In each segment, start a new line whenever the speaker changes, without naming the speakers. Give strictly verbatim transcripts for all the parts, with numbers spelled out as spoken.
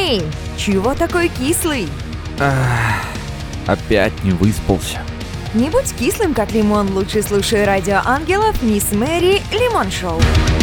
Эй, чего такой кислый?
Ах, опять не выспался.
Не будь кислым, как лимон, лучше слушай Радио Ангелов, Мисс Мэри, Лимон Шоу.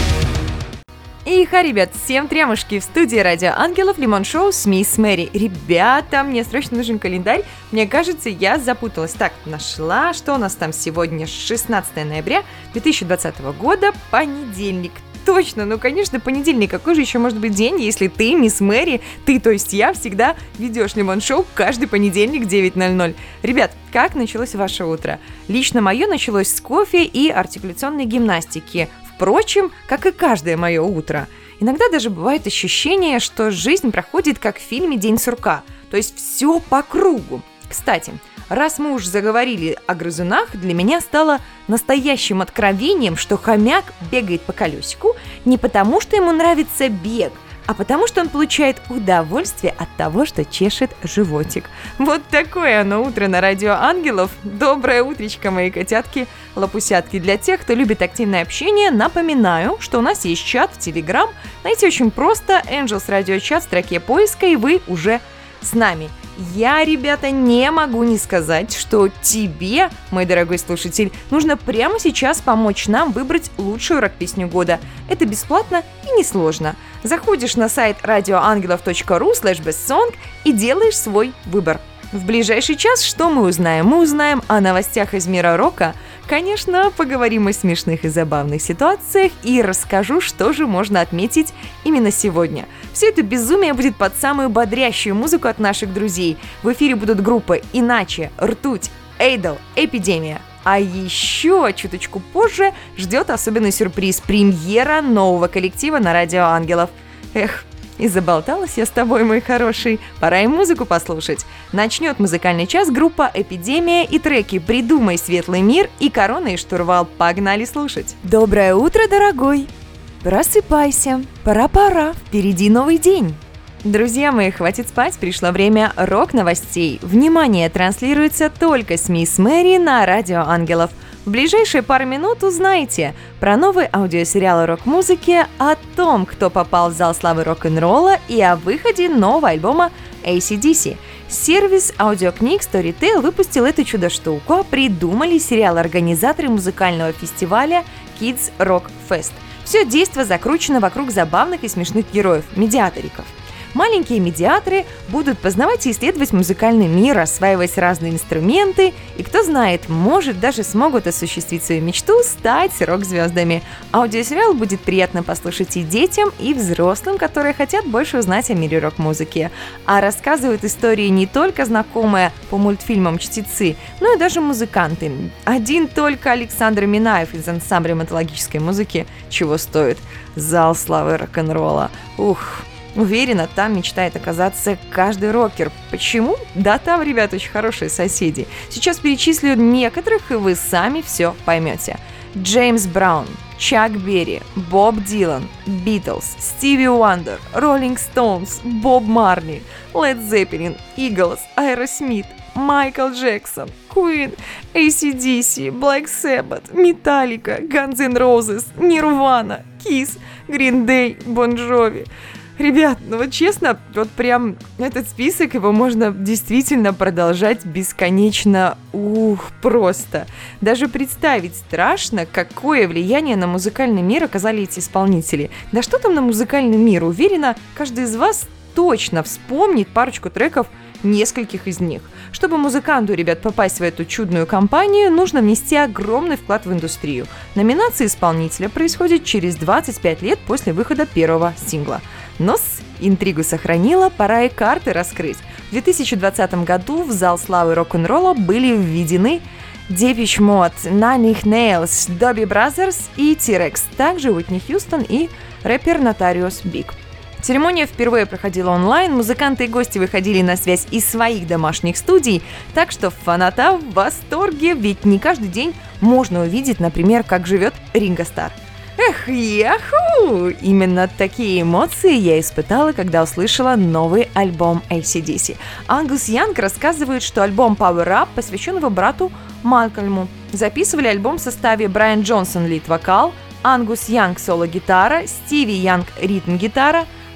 Иха, ребят, всем трямушки, в студии Радио Ангелов, Лимон Шоу с Мисс Мэри. Ребята, мне срочно нужен календарь, мне кажется, я запуталась. Так, нашла, что у нас там сегодня, шестнадцатое ноября две тысячи двадцатого года, понедельник. Точно, ну конечно, понедельник, какой же еще может быть день, если ты, Мисс Мэри, ты, то есть я, всегда ведешь Лимон Шоу каждый понедельник в девять ноль ноль. Ребят, как началось ваше утро? Лично мое началось с кофе и артикуляционной гимнастики. Впрочем, как и каждое мое утро. Иногда даже бывает ощущение, что жизнь проходит как в фильме «День сурка», то есть все по кругу. Кстати, раз мы уж заговорили о грызунах, для меня стало настоящим откровением, что хомяк бегает по колесику не потому, что ему нравится бег, а потому что он получает удовольствие от того, что чешет животик. Вот такое оно утро на Радио Ангелов. Доброе утречко, мои котятки-лапусятки. Для тех, кто любит активное общение, напоминаю, что у нас есть чат в Telegram. Найти очень просто Angels Radio чат в строке поиска, и вы уже с нами. Я, ребята, не могу не сказать, что тебе, мой дорогой слушатель, нужно прямо сейчас помочь нам выбрать лучшую рок-песню года. Это бесплатно и несложно. Заходишь на сайт радиоангелов точка ру слэш бесtsong и делаешь свой выбор. В ближайший час что мы узнаем? Мы узнаем о новостях из мира рока. Конечно, поговорим о смешных и забавных ситуациях и расскажу, что же можно отметить именно сегодня. Все это безумие будет под самую бодрящую музыку от наших друзей. В эфире будут группы «Иначе», «Ртуть», «Эйдол», «Эпидемия». А еще чуточку позже ждет особенный сюрприз – премьера нового коллектива на Радио Ангелов. Эх, и заболталась я с тобой, мой хороший. Пора и музыку послушать. Начнет музыкальный час группа «Эпидемия» и треки «Придумай светлый мир» и «Корона и штурвал». Погнали слушать. Доброе утро, дорогой! Просыпайся, пора-пора, впереди новый день. Друзья мои, хватит спать, пришло время рок-новостей. Внимание, транслируется только с Мисс Мэри на Радио Ангелов. В ближайшие пару минут узнаете про новый аудиосериал о рок-музыке, о том, кто попал в зал славы рок-н-ролла и о выходе нового альбома эй си ди си. Сервис аудиокниг Storytel выпустил эту чудо-штуку, а придумали сериал-организаторы музыкального фестиваля Kids Rock Fest. Все действо закручено вокруг забавных и смешных героев – медиаториков. Маленькие медиаторы будут познавать и исследовать музыкальный мир, осваивать разные инструменты, и, кто знает, может, даже смогут осуществить свою мечту стать рок-звездами. Аудиосериал будет приятно послушать и детям, и взрослым, которые хотят больше узнать о мире рок-музыки. А рассказывают истории не только знакомые по мультфильмам чтецы, но и даже музыканты. Один только Александр Минаев из ансамбля металлургической музыки чего стоит. Зал славы рок-н-ролла. Ух! Уверена, там мечтает оказаться каждый рокер. Почему? Да там, ребят, очень хорошие соседи. Сейчас перечислю некоторых, и вы сами все поймете. Джеймс Браун, Чак Берри, Боб Дилан, Битлз, Стиви Уандер, Роллинг Стоунс, Боб Марли, Лед Зеппелин, Иглз, Аэросмит, Майкл Джексон, Queen, эй си ди си, Black Sabbath, Metallica, Guns N' Roses, Nirvana, Kiss, Green Day, Bon Jovi. Ребят, ну вот честно, вот прям этот список, его можно действительно продолжать бесконечно, ух, просто. Даже представить страшно, какое влияние на музыкальный мир оказали эти исполнители. Да что там на музыкальный мир, уверена, каждый из вас точно вспомнит парочку треков нескольких из них. Чтобы музыканту, ребят, попасть в эту чудную компанию, нужно внести огромный вклад в индустрию. Номинация исполнителя происходит через двадцать пять лет после выхода первого сингла. Но с интригу сохранила, пора и карты раскрыть. В две тысячи двадцатом году в зал славы рок-н-ролла были введены Depeche Mode, Nine Inch Nails, Doobie Brothers и T-Rex, также Уитни Хьюстон и рэпер Notorious Биг. Церемония впервые проходила онлайн, музыканты и гости выходили на связь из своих домашних студий, так что фаната в восторге, ведь не каждый день можно увидеть, например, как живет Ринго Стар. Эх, яху! Именно такие эмоции я испытала, когда услышала новый альбом эй си ди си. Ангус Янг рассказывает, что альбом Power Up посвящен его брату Малкольму. Записывали альбом в составе Брайан Джонсон лид-вокал, Ангус Янг соло-гитара, Стиви Янг ритм-гитара,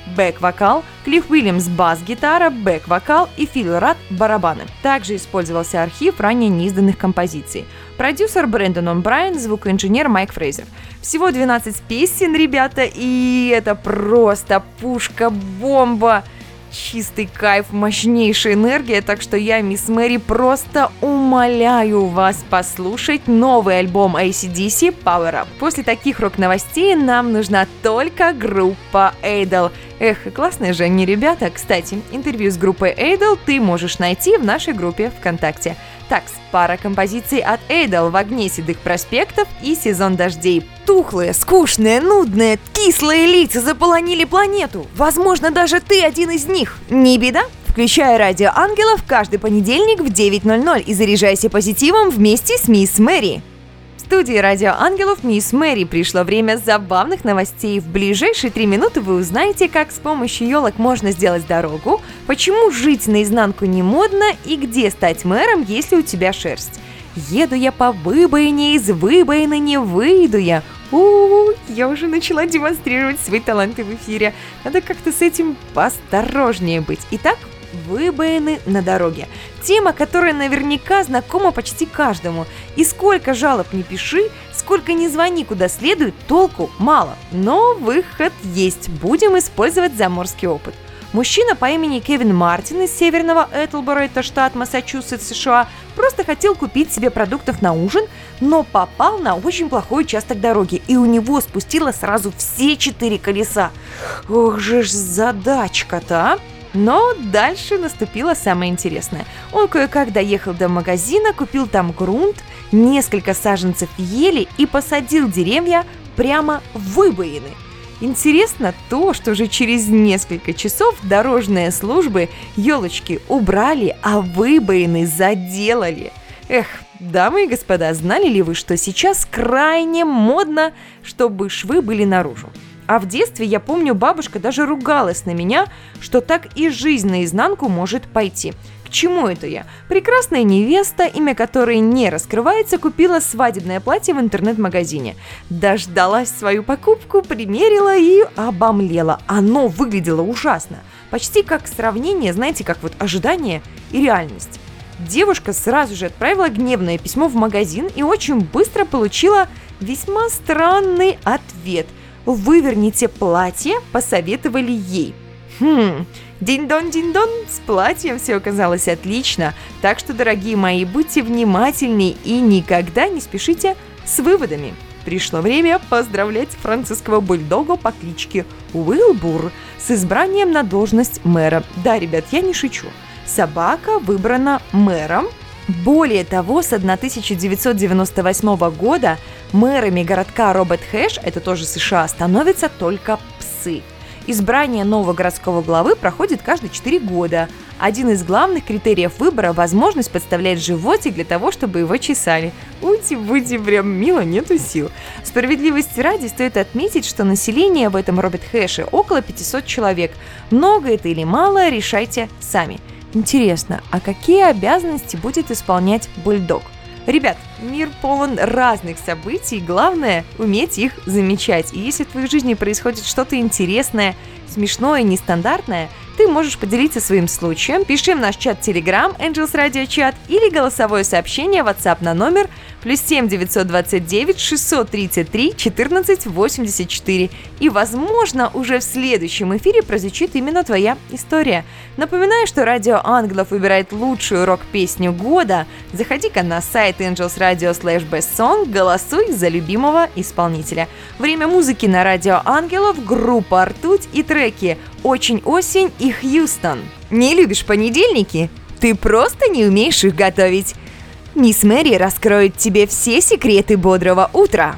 бэк-вокал, Клифф Уильямс – бас-гитара, бэк-вокал и Фил Рад – барабаны. Также использовался архив ранее неизданных композиций. Продюсер Брэндон О'Брайен, звукоинженер Майк Фрейзер. Всего двенадцать песен, ребята, и это просто пушка-бомба. Чистый кайф, мощнейшая энергия, так что я, мисс Мэри, просто умоляю вас послушать новый альбом эй си ди си Power Up. После таких рок-новостей нам нужна только группа Idol. Эх, классные же они ребята. Кстати, интервью с группой Idol ты можешь найти в нашей группе ВКонтакте. Так, пара композиций от Idol «В огне седых проспектов» и «Сезон дождей». Тухлые, скучные, нудные, кислые лица заполонили планету. Возможно, даже ты один из них. Не беда. Включай «Радио Ангелов» каждый понедельник в девять ноль ноль и заряжайся позитивом вместе с мисс Мэри. В студии «Радио Ангелов» мисс Мэри. Пришло время забавных новостей. В ближайшие три минуты вы узнаете, как с помощью елок можно сделать дорогу, почему жить наизнанку не модно и где стать мэром, если у тебя шерсть. Еду я по выбоине, из выбоины не выйду я. У-у-у, я уже начала демонстрировать свои таланты в эфире. Надо как-то с этим поосторожнее быть. Итак, выбоины на дороге. Тема, которая наверняка знакома почти каждому. И сколько жалоб не пиши, сколько не звони куда следует, толку мало. Но выход есть. Будем использовать заморский опыт. Мужчина по имени Кевин Мартин из северного Этлборо, это штат Массачусетс, США, просто хотел купить себе продуктов на ужин, но попал на очень плохой участок дороги, и у него спустило сразу все четыре колеса. Ох же ж задачка-то, а! Но дальше наступило самое интересное. Он кое-как доехал до магазина, купил там грунт, несколько саженцев ели и посадил деревья прямо в выбоины. Интересно то, что уже через несколько часов дорожные службы елочки убрали, а выбоины заделали. Эх, дамы и господа, знали ли вы, что сейчас крайне модно, чтобы швы были наружу? А в детстве, я помню, бабушка даже ругалась на меня, что так и жизнь наизнанку может пойти. К чему это я? Прекрасная невеста, имя которой не раскрывается, купила свадебное платье в интернет-магазине. Дождалась свою покупку, примерила и обомлела. Оно выглядело ужасно. Почти как сравнение, знаете, как вот ожидание и реальность. Девушка сразу же отправила гневное письмо в магазин и очень быстро получила весьма странный ответ. «Выверните платье», посоветовали ей. Хм, динь-дон-динь-дон, с платьем все оказалось отлично, так что, дорогие мои, будьте внимательны и никогда не спешите с выводами. Пришло время поздравлять французского бульдога по кличке Уилбур с избранием на должность мэра. Да, ребят, я не шучу. Собака выбрана мэром. Более того, с тысяча девятьсот девяносто восьмого года мэрами городка Робет-Хэш, это тоже США, становятся только псы. Избрание нового городского главы проходит каждые четыре года. Один из главных критериев выбора – возможность подставлять животик для того, чтобы его чесали. Ути-бути, прям мило, нету сил. Справедливости ради стоит отметить, что население в этом Робет-Хэше около пятьсот человек. Много это или мало, решайте сами. Интересно, а какие обязанности будет исполнять бульдог? Ребят, мир полон разных событий, главное – уметь их замечать. И если в твоей жизни происходит что-то интересное, смешное, нестандартное, ты можешь поделиться своим случаем. Пиши в наш чат Telegram, Angels Radio Chat, или голосовое сообщение в WhatsApp на номер плюс семь девятьсот двадцать девять шестьсот тридцать три четырнадцать восемьдесят четыре. И, возможно, уже в следующем эфире прозвучит именно твоя история. Напоминаю, что Радио Ангелов выбирает лучшую рок-песню года. Заходи-ка на сайт Angels Radio слэш Best Song, голосуй за любимого исполнителя. Время музыки на Радио Ангелов, группа «Ртуть» и треки «Очень осень» и «Хьюстон». Не любишь понедельники? Ты просто не умеешь их готовить. Мисс Мэри раскроет тебе все секреты бодрого утра.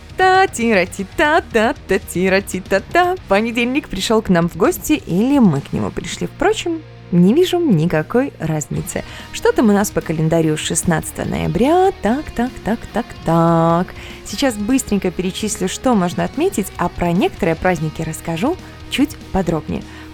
Та-ти-ра-ти-та-та-та-ти-ра-ти-та-та. Понедельник пришел к нам в гости, или мы к нему пришли. Впрочем, не вижу никакой разницы. Что там у нас по календарю шестнадцатого ноября? Так, так, так, так, так. Сейчас быстренько перечислю, что можно отметить, а про некоторые праздники расскажу чуть подробнее.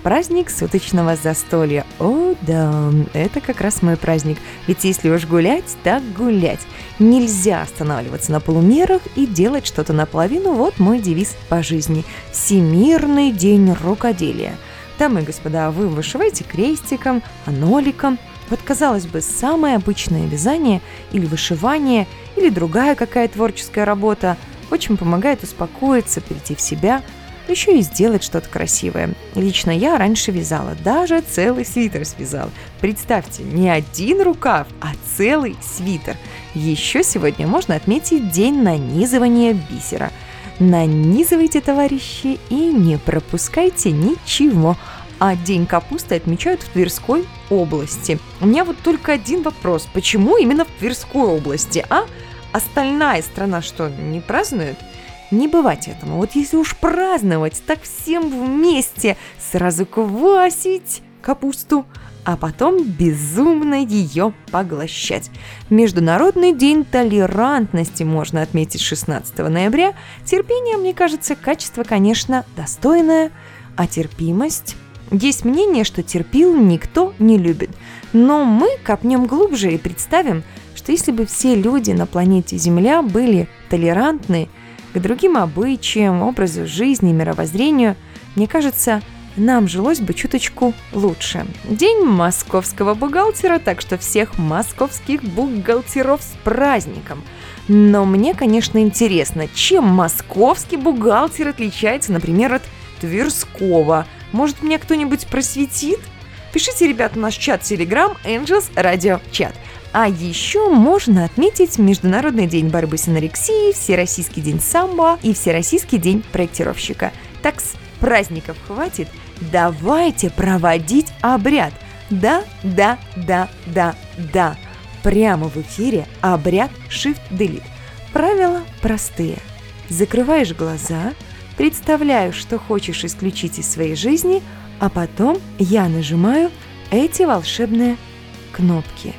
праздник суточного застолья. О, да, это как раз мой праздник. Ведь если уж гулять, так гулять. Нельзя останавливаться на полумерах и делать что-то наполовину. Вот мой девиз по жизни. Всемирный день рукоделия. Дамы и господа, вы вышиваете крестиком, аноликом. Вот, казалось бы, самое обычное вязание или вышивание, или другая какая творческая работа очень помогает успокоиться, прийти в себя, еще и сделать что-то красивое. Лично я раньше вязала, даже целый свитер связала. Представьте, не один рукав, а целый свитер. Еще сегодня можно отметить день нанизывания бисера. Нанизывайте, товарищи, и не пропускайте ничего. А День капусты отмечают в Тверской области. У меня вот только один вопрос. Почему именно в Тверской области, а? Остальная страна что, не празднует? Не бывать этому. Вот если уж праздновать, так всем вместе сразу квасить капусту, а потом безумно ее поглощать. Международный день толерантности можно отметить шестнадцатого ноября. Терпение, мне кажется, качество, конечно, достойное, а терпимость... Есть мнение, что терпил никто не любит. Но мы копнем глубже и представим, что если бы все люди на планете Земля были толерантны к другим обычаям, образу жизни, мировоззрению, мне кажется, нам жилось бы чуточку лучше. День московского бухгалтера, так что всех московских бухгалтеров с праздником. Но мне, конечно, интересно, чем московский бухгалтер отличается, например, от Тверского. Может, меня кто-нибудь просветит? Пишите, ребята, в наш чат Telegram Angels Radio Chat. А еще можно отметить Международный день борьбы с анорексией, Всероссийский день самбо и Всероссийский день проектировщика. Так, с праздников хватит, давайте проводить обряд. Да, да, да, да, да. Прямо в эфире обряд Shift-Delete. Правила простые. Закрываешь глаза, представляю, что хочешь исключить из своей жизни, а потом я нажимаю эти волшебные кнопки.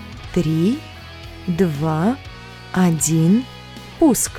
Три, два, один, пуск.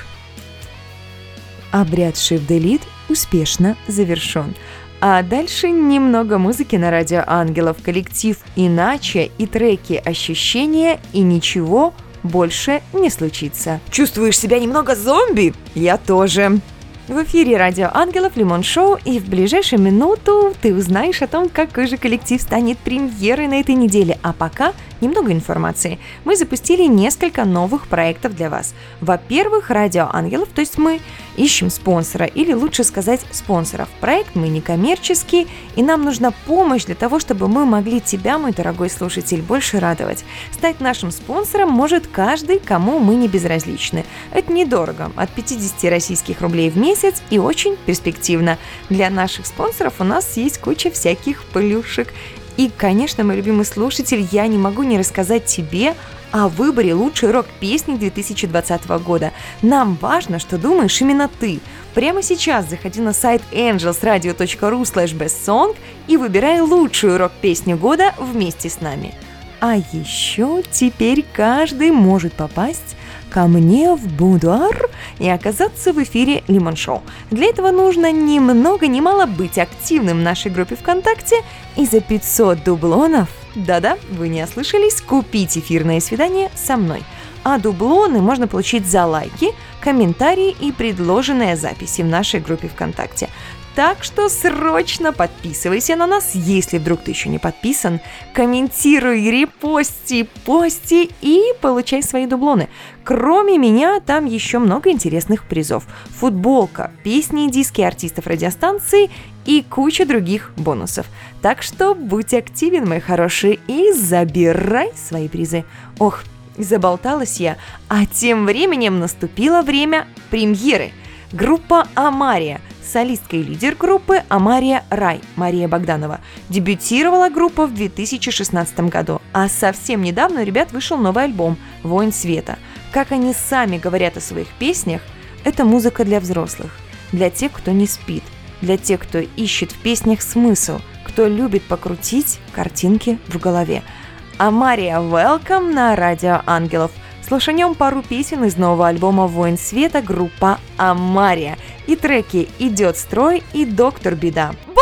Обряд Shift-Delete успешно завершен. А дальше немного музыки на радио Ангелов, коллектив «Иначе» и треки «Ощущения» и ничего больше не случится. Чувствуешь себя немного зомби? Я тоже. В эфире радио Ангелов, Лимон Шоу, и в ближайшую минуту ты узнаешь о том, какой же коллектив станет премьерой на этой неделе. А пока немного информации. Мы запустили несколько новых проектов для вас. Во-первых, радио Ангелов, то есть мы ищем спонсора, или лучше сказать спонсоров. Проект мы некоммерческий, и нам нужна помощь для того, чтобы мы могли тебя, мой дорогой слушатель, больше радовать. Стать нашим спонсором может каждый, кому мы не безразличны. Это недорого, от пятьдесят российских рублей в месяц, и очень перспективно. Для наших спонсоров у нас есть куча всяких плюшек. И, конечно, мой любимый слушатель, я не могу не рассказать тебе о выборе лучшей рок-песни две тысячи двадцатого года. Нам важно, что думаешь именно ты. Прямо сейчас заходи на сайт angelsradio точка ru слэш best song и выбирай лучшую рок-песню года вместе с нами. А еще теперь каждый может попасть ко мне в будуар и оказаться в эфире Лимон Шоу. Для этого нужно ни много ни мало быть активным в нашей группе ВКонтакте и за пятьсот дублонов, да-да, вы не ослышались, купить эфирное свидание со мной. А дублоны можно получить за лайки, комментарии и предложенные записи в нашей группе ВКонтакте. Так что срочно подписывайся на нас, если вдруг ты еще не подписан, комментируй, репости, пости и получай свои дублоны. Кроме меня, там еще много интересных призов. Футболка, песни и диски артистов радиостанции и куча других бонусов. Так что будь активен, мой хороший, и забирай свои призы. Ох, заболталась я, а тем временем наступило время премьеры. Группа «Амария», солистка и лидер группы Амария Рай, Мария Богданова. Дебютировала группа в две тысячи шестнадцатом году, а совсем недавно у ребят вышел новый альбом «Воин света». Как они сами говорят о своих песнях, это музыка для взрослых, для тех, кто не спит, для тех, кто ищет в песнях смысл, кто любит покрутить картинки в голове. Амария, welcome на радио Ангелов. Слушанем пару песен из нового альбома «Воин света» группа Амария и треки «Идет строй» и «Доктор Беда».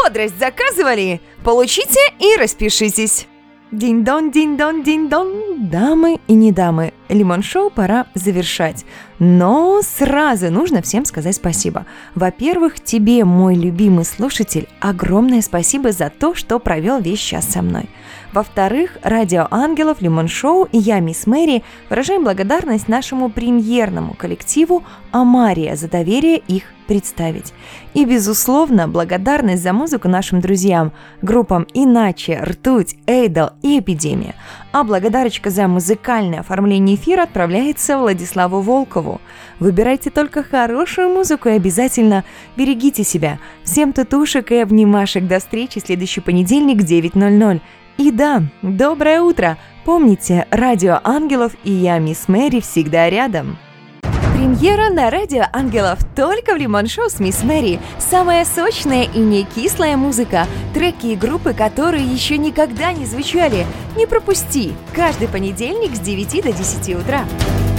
бодрость заказывали? Получите и распишитесь. Динь-дон, динь-дон, динь-дон. Дамы и не дамы, Лимон-шоу пора завершать. Но сразу нужно всем сказать спасибо. Во-первых, тебе, мой любимый слушатель, огромное спасибо за то, что провел весь час со мной. Во-вторых, Радио Ангелов, Лимон-шоу и я, мисс Мэри, выражаем благодарность нашему премьерному коллективу «Амария» за доверие их представить. И, безусловно, благодарность за музыку нашим друзьям, группам «Иначе», «Ртуть», «Эйдол» и «Эпидемия». А благодарочка за музыкальное оформление эфира отправляется Владиславу Волкову. Выбирайте только хорошую музыку и обязательно берегите себя. Всем татушек и обнимашек. До встречи в следующий понедельник в девять ноль ноль. И да, доброе утро! Помните, Радио Ангелов и я, мисс Мэри, всегда рядом. Премьера на Радио Ангелов только в Лимон-шоу с мисс Мэри. Самая сочная и не кислая музыка. Треки и группы, которые еще никогда не звучали. Не пропусти! Каждый понедельник с девяти до десяти утра.